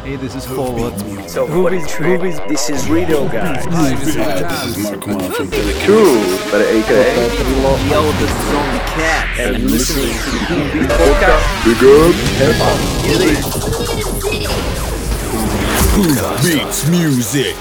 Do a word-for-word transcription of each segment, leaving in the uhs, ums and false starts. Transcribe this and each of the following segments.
Hey, this is Forward. So Ruby's, Ruby's, this is Radio Guys. Hi, this is, Hi, this is Mark Kumar from Telekinesis. True, but A K A. Yo, this is Only Cat. And you're listening to the Ruby's podcast. Big up. Who beats music?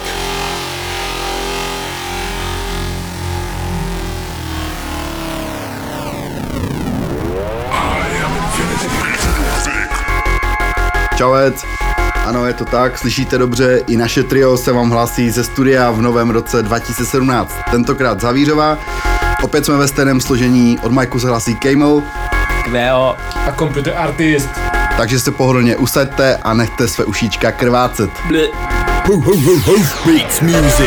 Čauec. Ano, je to tak, slyšíte dobře, i naše trio se vám hlásí ze studia v novém roce dva tisíce sedmnáct. Tentokrát z Havířova. Opět jsme ve stejném složení, od Majku se hlásí Kejmel Kveo a Computer Artist. Takže se pohodlně usaďte a nechte své ušíčka krvácet. Who, who, who, who beats music?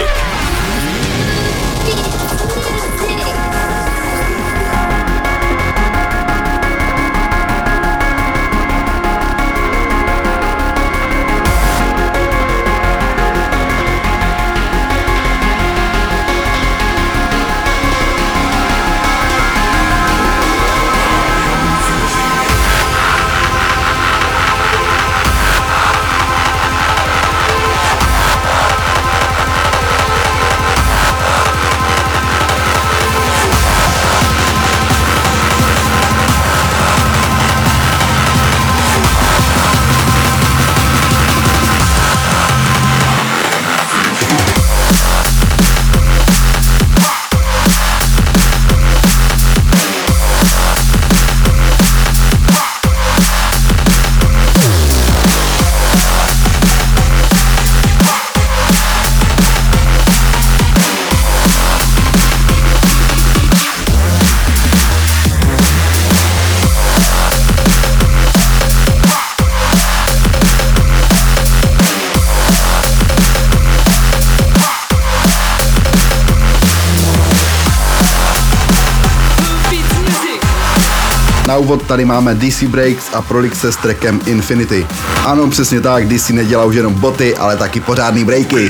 Na úvod tady máme D C Breaks a Prolixe s trackem Infinity. Ano, přesně tak, D C nedělá už jenom boty, ale taky pořádný breaky.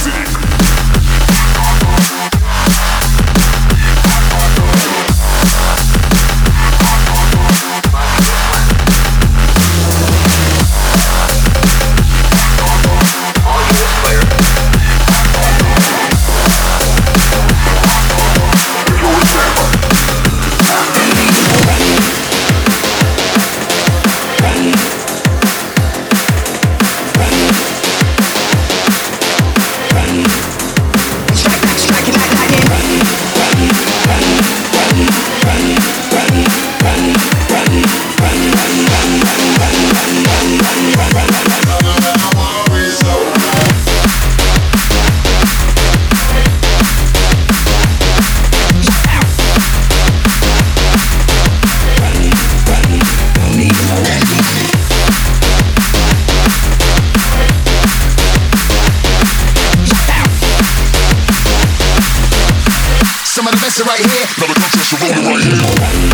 Right here, another contest rolling right here.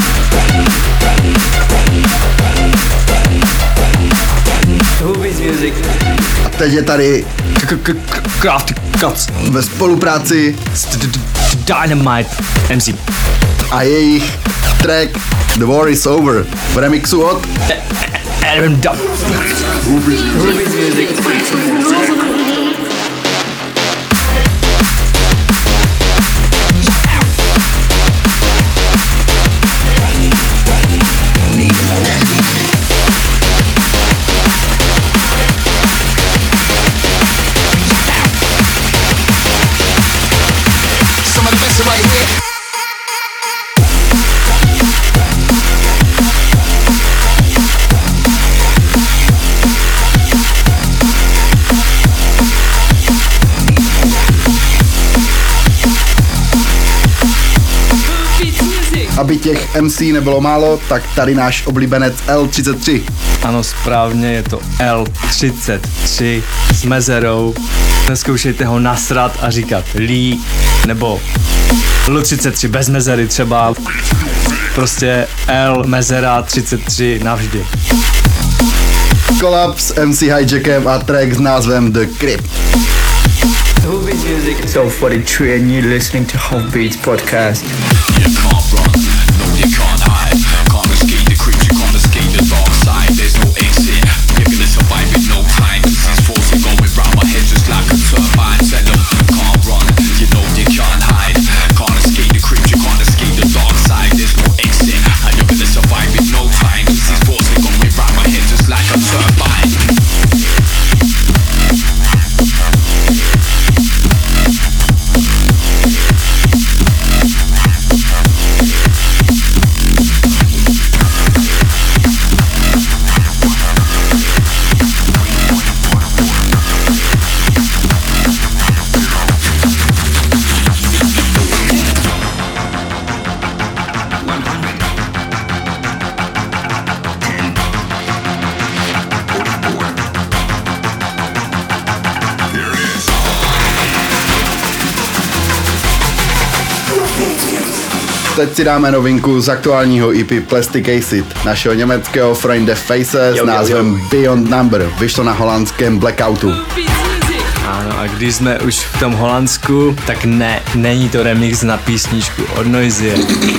Ruby's Music. A teď je tady Crafty Cuts ve spolupráci s Dynamite M C a jejich track The War is Over v remixu od Adam Dub. Ruby's Music. Right here. Aby těch M C nebylo málo, tak tady náš oblíbenec L třicet tři. Ano, správně, je to L třicet tři s mezerou. Neskoušejte ho nasrat a říkat Lee nebo L třicet tři bez mezery třeba. Prostě L mezera třicet tři navždy. Collab s M C Hijackem a track s názvem The Crypt. Ruby's Music. So forty-three and you're listening to Home Beats Podcast. You can't run, no you can't hide. Can't escape the creeps, you can't escape the dark side. There's no exit, you're gonna survive with no time. This is teď si dáme novinku z aktuálního E P Plastic Acid, našeho německého Friend the Faces s názvem Beyond Number. Vyšlo na holandském Blackoutu. Ano, a když jsme už v tom Holandsku, tak ne, není to remix na písničku od Noisia.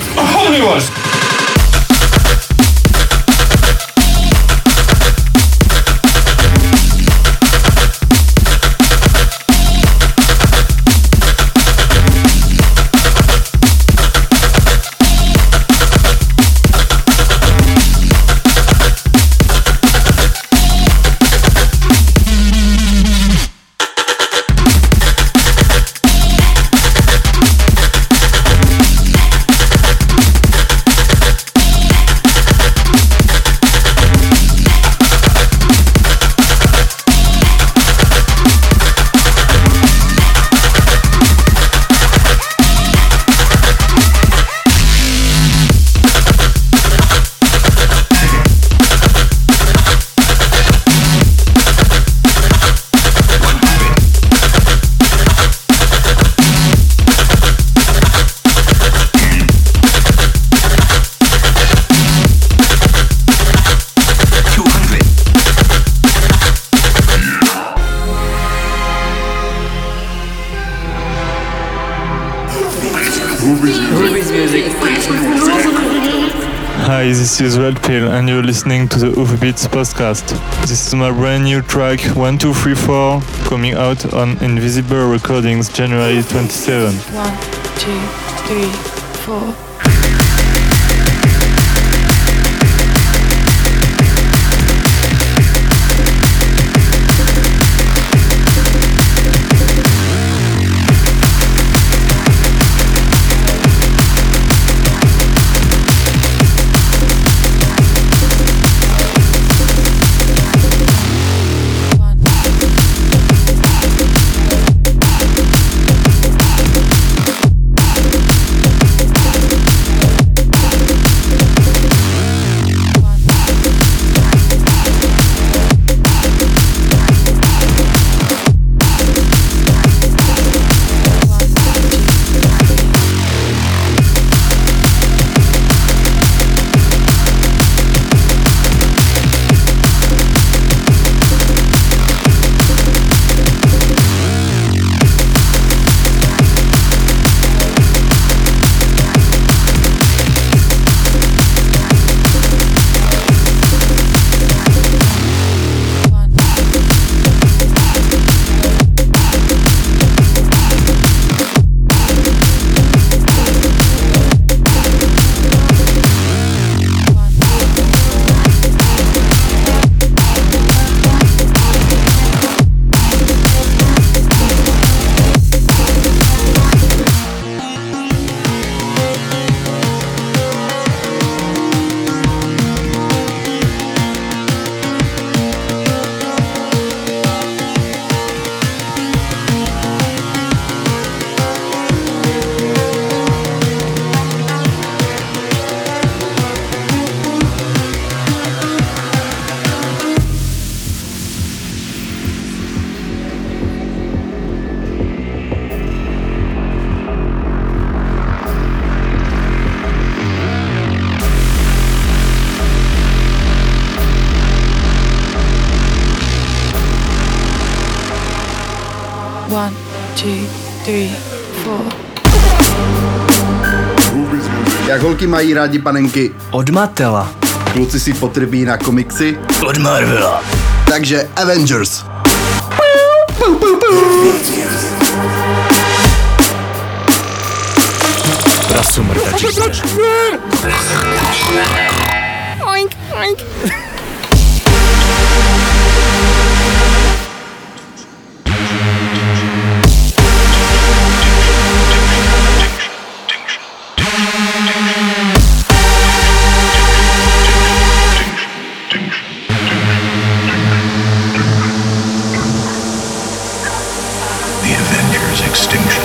Hi, this is Red Pill and you're listening to the Uwe Beats podcast. This is my brand new track one two three four coming out on Invisible Recordings January twenty-seventh. One, two, three, four. One, two, three, four. Jak holky mají rádi panenky, Od Matela. kluci si potrpí na komiksy, Od Marvela. takže Avengers. Prasu mrdačíce. Oink, oink. The Avengers Extinction.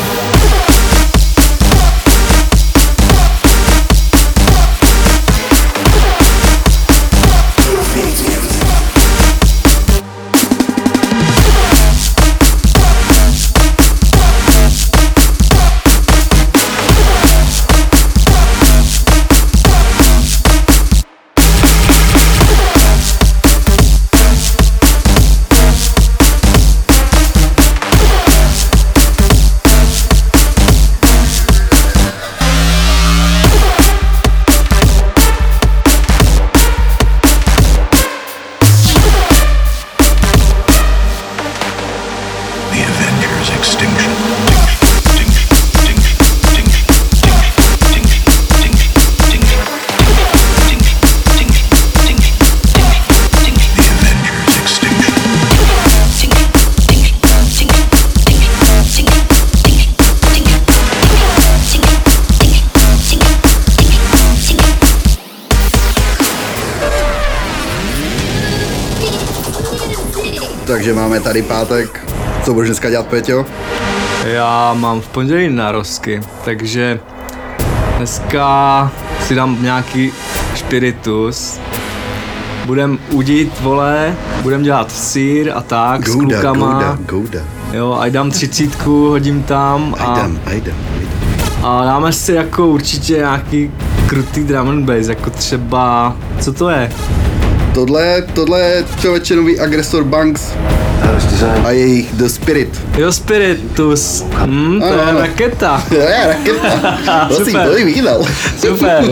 Takže máme tady pátek. Co budeš dneska dělat, Péťo? Já mám v pondělí narozky, takže dneska si dám nějaký špiritus. Budem udít, vole, budem dělat sýr a tak Gouda, s klukama. Gouda, Gouda. Jo, a dám třicítku, hodím tam a, Ajdem, ajdem, ajdem. a dáme si jako určitě nějaký krutý drum and bass, jako třeba, co to je? Tohle, tohle je člověče nový Aggressor Banks a jejich The Spirit. Jo, Spiritus, hm, to Ano, je ano. raketa. To je raketa. To si Super. to jim viděl. Super.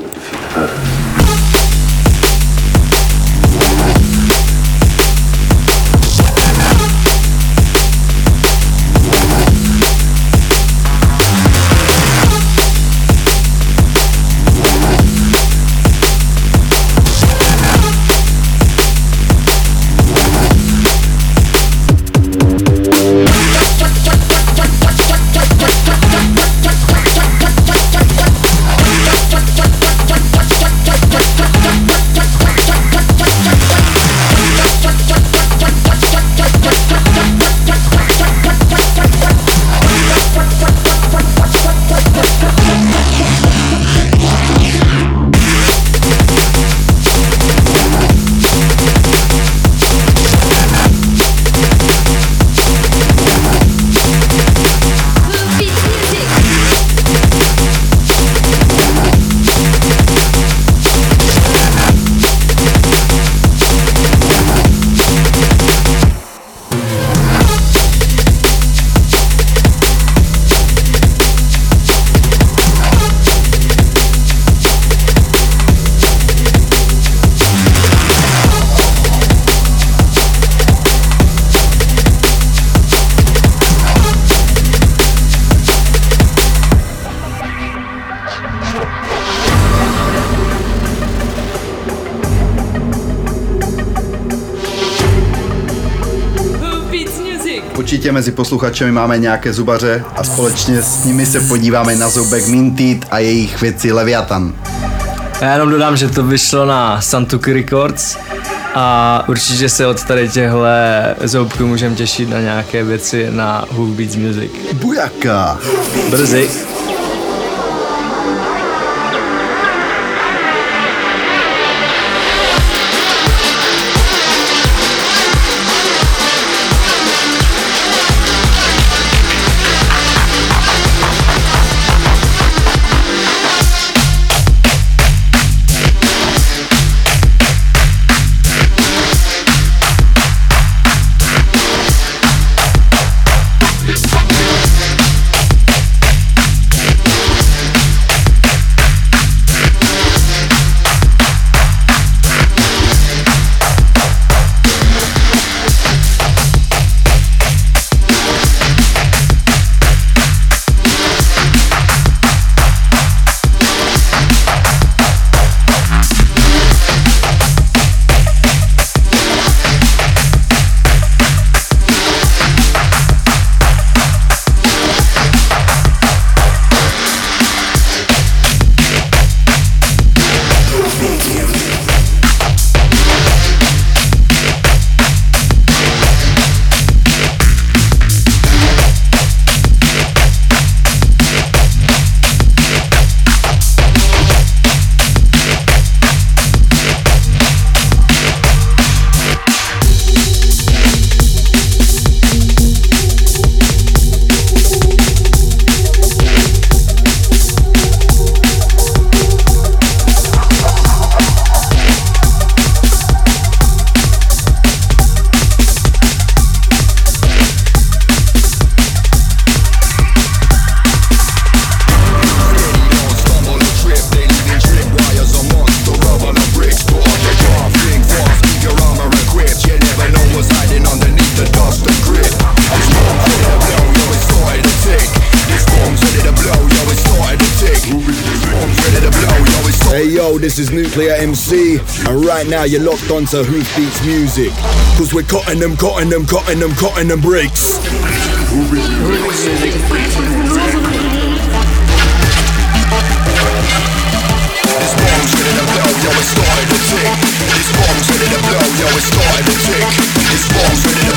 Určitě mezi posluchačemi máme nějaké zubaře a společně s nimi se podíváme na zoubek Minted a jejich věci Leviathan. Já jenom dodám, že to vyšlo na Santuki Records a určitě se od tady těchhle zoubků můžeme těšit na nějaké věci na Hoofbeats Music. Bujaka! Brzy. Yo, this is Nuclear M C, and right now you're locked onto Hoofbeats Music. Cause we're cutting them, cutting them, cutting them, cutting them breaks. Hoofbeats Music. This bomb's ready to blow, yo, it's starting to tick. This bomb's ready to blow, yo, it's starting to tick. This bomb's ready to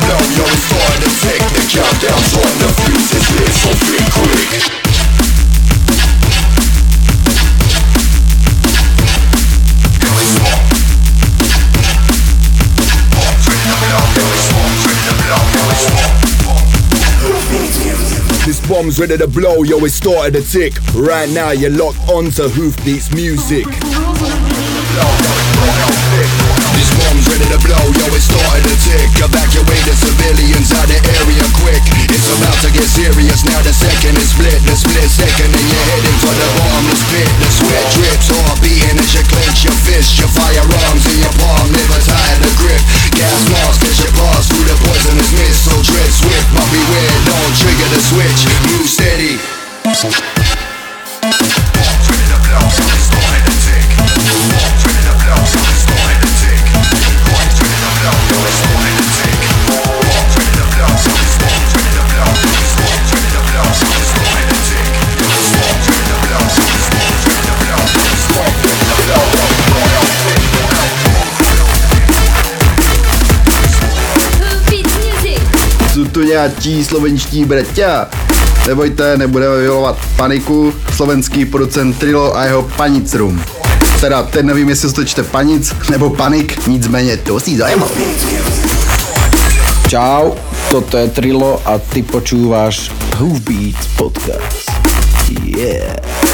bomb's ready to blow, yo, it started to tick. Right now you're locked onto Hoofbeats music. This bomb's ready to blow, yo, it started to tick. Evacuate the civilians out the area quick. It's about to get serious, now the second is split. The split second and you're heading for the bottomless pit. The sweat drips, heart beating as you clench your fist. Your firearms in your palm, never tired of grip. Gas mask as you pass through the poisonous mist. So tread swift, but beware, don't trigger the switch. Move steady. Bomb's ready to blow, so it's starting to tick. Bomb's ready to blow, so it's starting to tick. Bomb's ready to blow, yo, it's starting to tick. Bomb's ready to blow, so it's bomb's ready to blow. It's bomb's ready to blow, so it's starting to tick. It's bomb's ready to blow, so it's bomb's ready to blow. It's bomb's ready to blow, Hoofbeats Music. Jsou tu nějací slovenští bratia. Nebojte, nebudeme vyvolovat paniku. Slovenský producent Trilo a jeho Panic Room. Teda teď nevím, jestli to čte Panic nebo Panik, nicméně to si zajímalo. Čau, toto je Trilo a ty počúvaš Hoofbeats podcast. Yeah.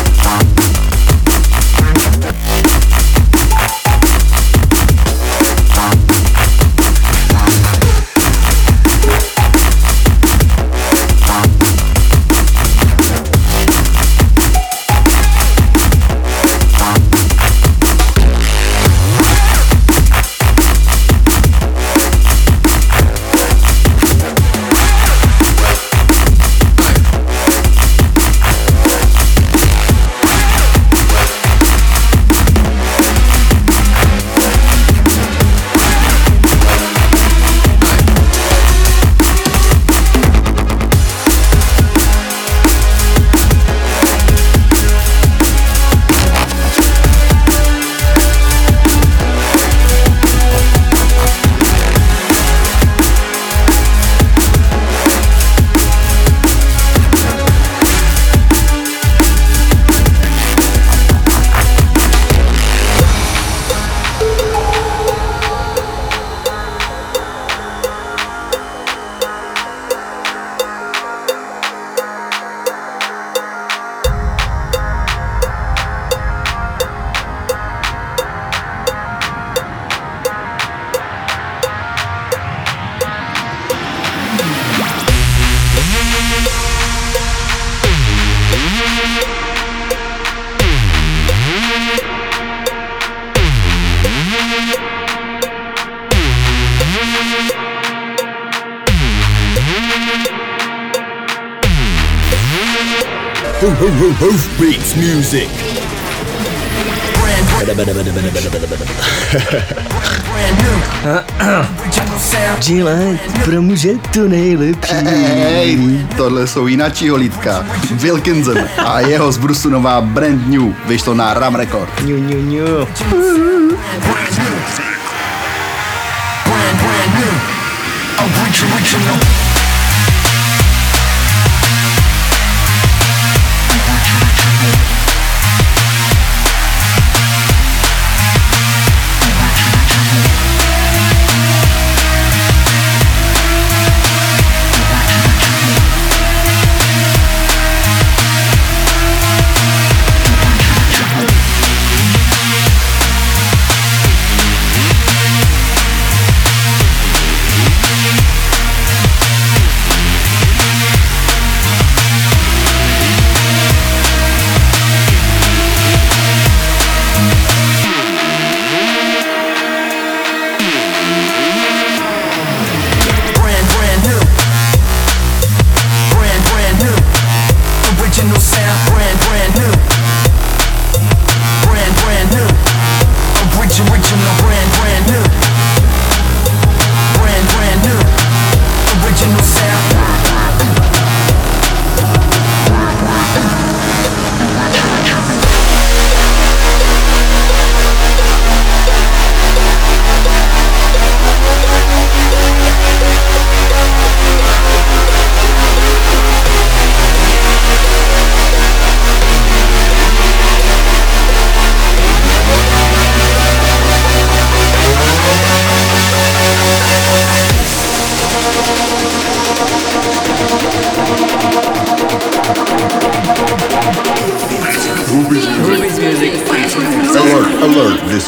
Hoofbeats music. Gillette, pro muže to nejlepší. Hej, tohle jsou jináčího lítka. Wilkinson a jeho z Brusu nová Brand New vyšlo na Ram Record. Ňu, ňu, ňu.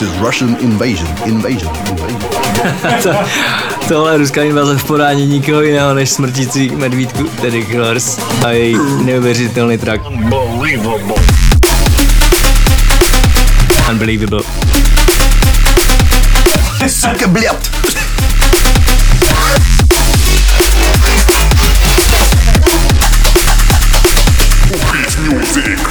is Russian invasion. Invasion. Invasion. to, tohle ruská invaze v podání nikoho jiného než smrtící medvídku, tedy Killers a její neuvěřitelný track. Unbelievable. Unbelievable. Suka, bljat! Music.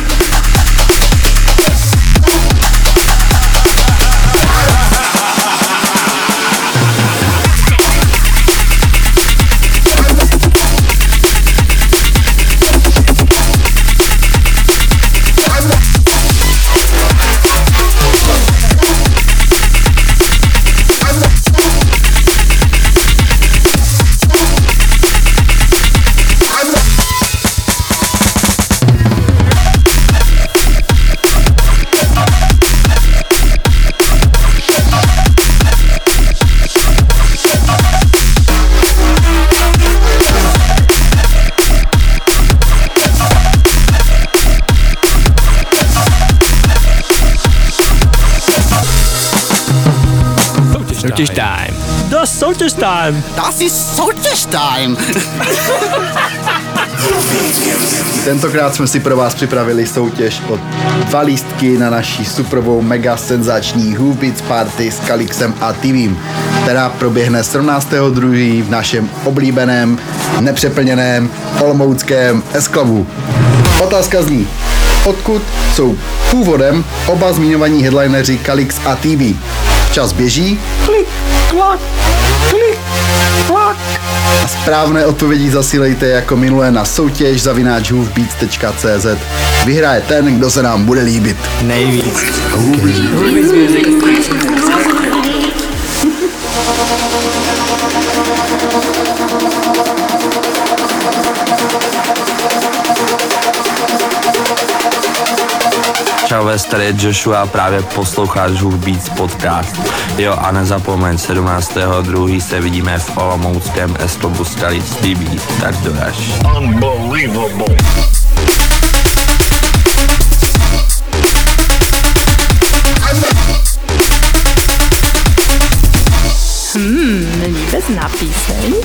Soutěž time. Das Soutěž time. Das ist Soutěž time. Tentokrát jsme si pro vás připravili soutěž o dva lístky na naší superovou mega senzační Who Beats Party s Kalixem a Tivím, která proběhne sedmnáctého druhého v našem oblíbeném, nepřeplněném olomouckém S-Clubu. Otázka zní, odkud jsou původem oba zmiňovaní headlineři Kalix a T V? Čas běží. Klik, klak, klik, klak. A správné odpovědi zasílejte jako minule na soutěž zavináč hoofbeats tečka cé zet. Vyhraje ten, kdo se nám bude líbit. Nejvíc. Čau, tady je Joshua, právě posloucháš Who Beats podcast. Jo a nezapomeň, sedmnáctého druhého se vidíme v olomouckém S-Clubu s Kalix T V, tak doraž. Unbelievable. Hmm, líbezná píseň.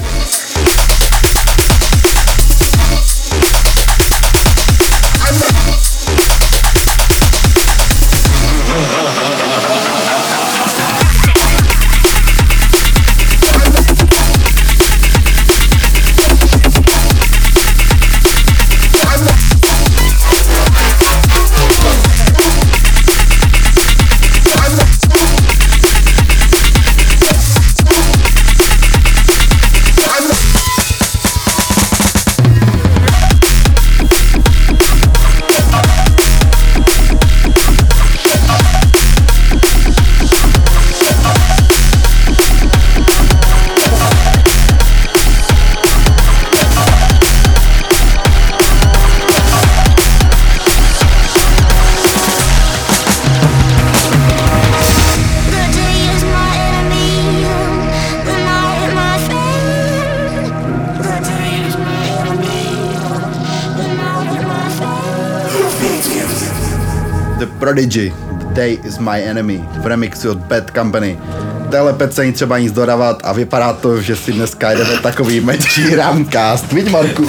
Prodigy, The Day is My Enemy v remixu od Bad Company. Téhle pece není třeba nic dodávat a vypadá to, že si dneska jdeme takový menší rámcast. Viď, Marku?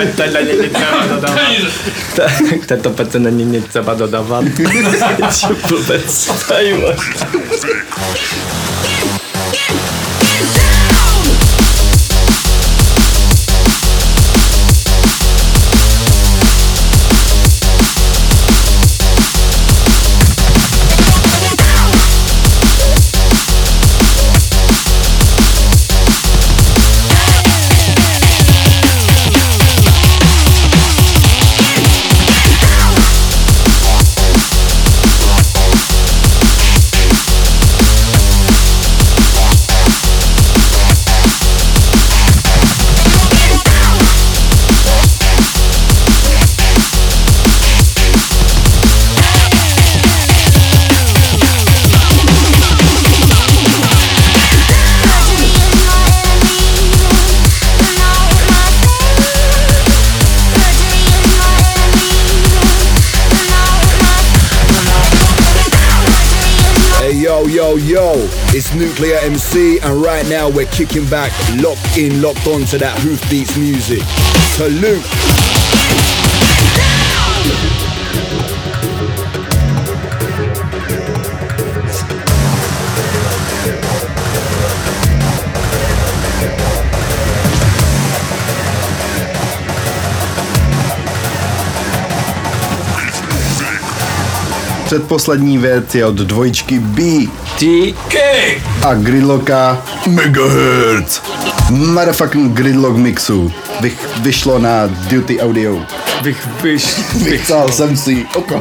K této pece není nic třeba dodávat. Blbec. Yo, it's Nuclear M C, and right now we're kicking back, locked in, locked on to that Hoofbeats music. Salute! Předposlední věc je od dvojčky B. T K A Gridlocka Megahertz. Motherfucking Gridlock mixu. Vych, vyšlo na Duty Audio. Vych, vyš, Vychcál jsem si oko.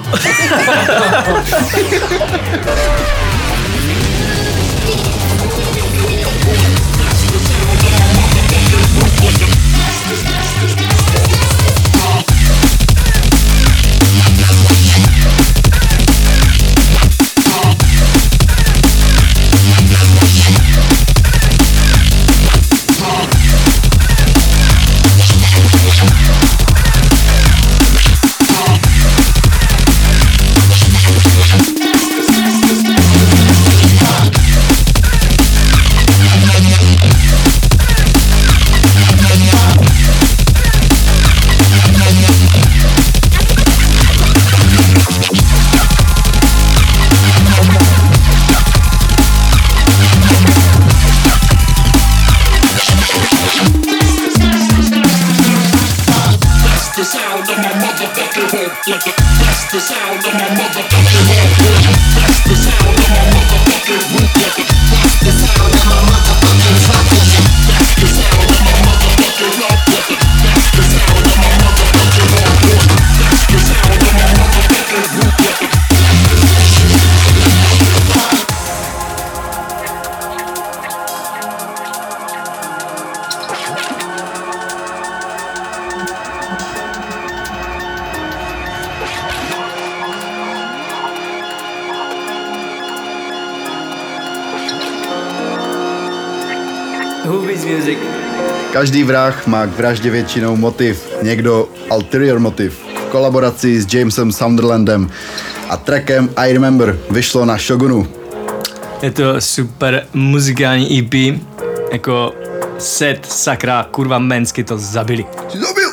Hoofbeats music. Každý vrah má k vraždě většinou motiv, někdo ulterior motiv. V kolaboraci s Jamesem Sunderlandem a trackem I Remember vyšlo na Shogunu. Je to super muzikální E P, jako set, sakra, kurva, mensky to zabili. Zabil!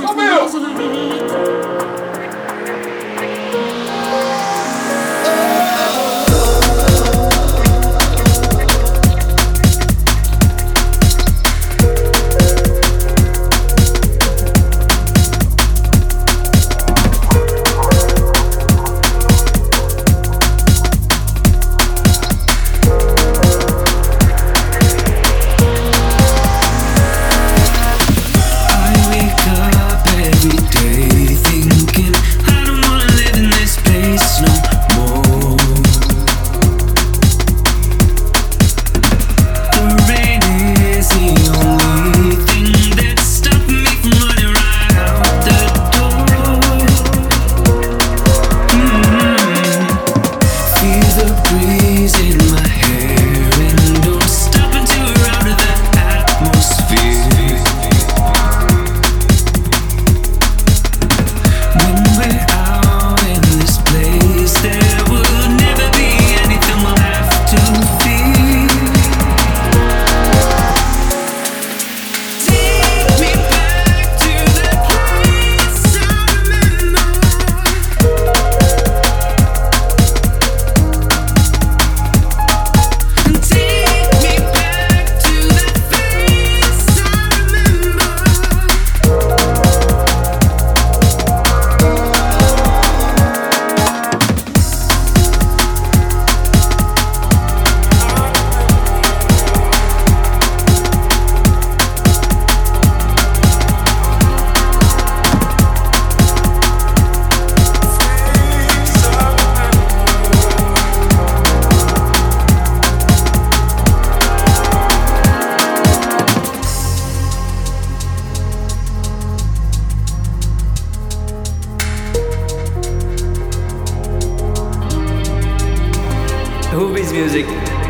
Hoofbeats music.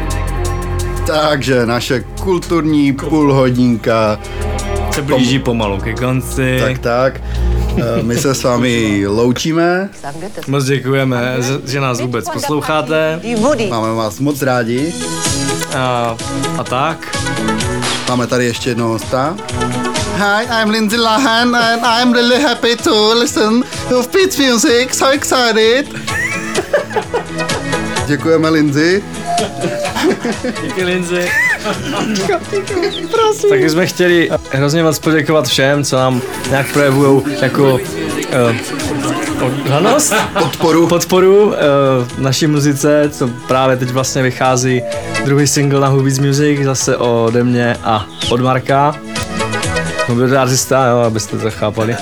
Takže naše kulturní půlhodinka se blíží pomalu ke konci. Tak, tak. My se s vámi loučíme. Moc děkujeme, že nás vůbec posloucháte. Máme vás moc rádi. A, a tak. Máme tady ještě jednoho hosta. Hi, I'm Lindsay Lohan and I'm really happy to listen to Beats Music. So excited. Děkujeme, Lindsay. Díky, Lindsay. Taky jsme chtěli hrozně moc poděkovat všem, co nám nějak projevujou jako uh, oddanost, podporu, podporu uh, naší muzice, co právě teď vlastně vychází druhý single na Who Beats Music, zase ode mě a od Marka. Mobilní artista, jo, abyste to chápali.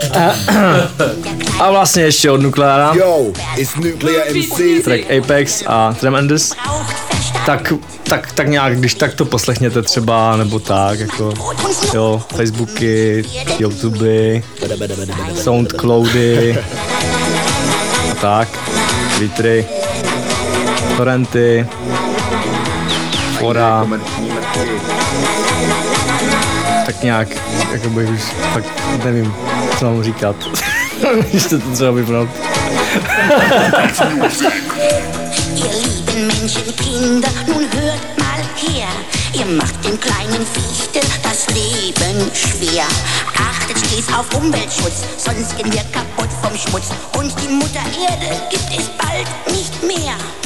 A vlastně ještě od Nukleára. Yo, it's Nuclear M C. Track Apex a Tremendous. Tak, tak, tak nějak, když tak to poslechněte třeba, nebo tak, jako, jo, Facebooky, YouTube, Soundcloudy, a tak, Twittery, torrenty, fora, tak nějak, jakoby už, tak nevím, co mám říkat, když to třeba vypnout. Menschenkinder, nun hört mal her. Ihr macht den kleinen Fichten das Leben schwer. Achtet stets auf Umweltschutz, sonst gehen wir kaputt vom Schmutz. Und die Mutter Erde gibt es bald nicht mehr.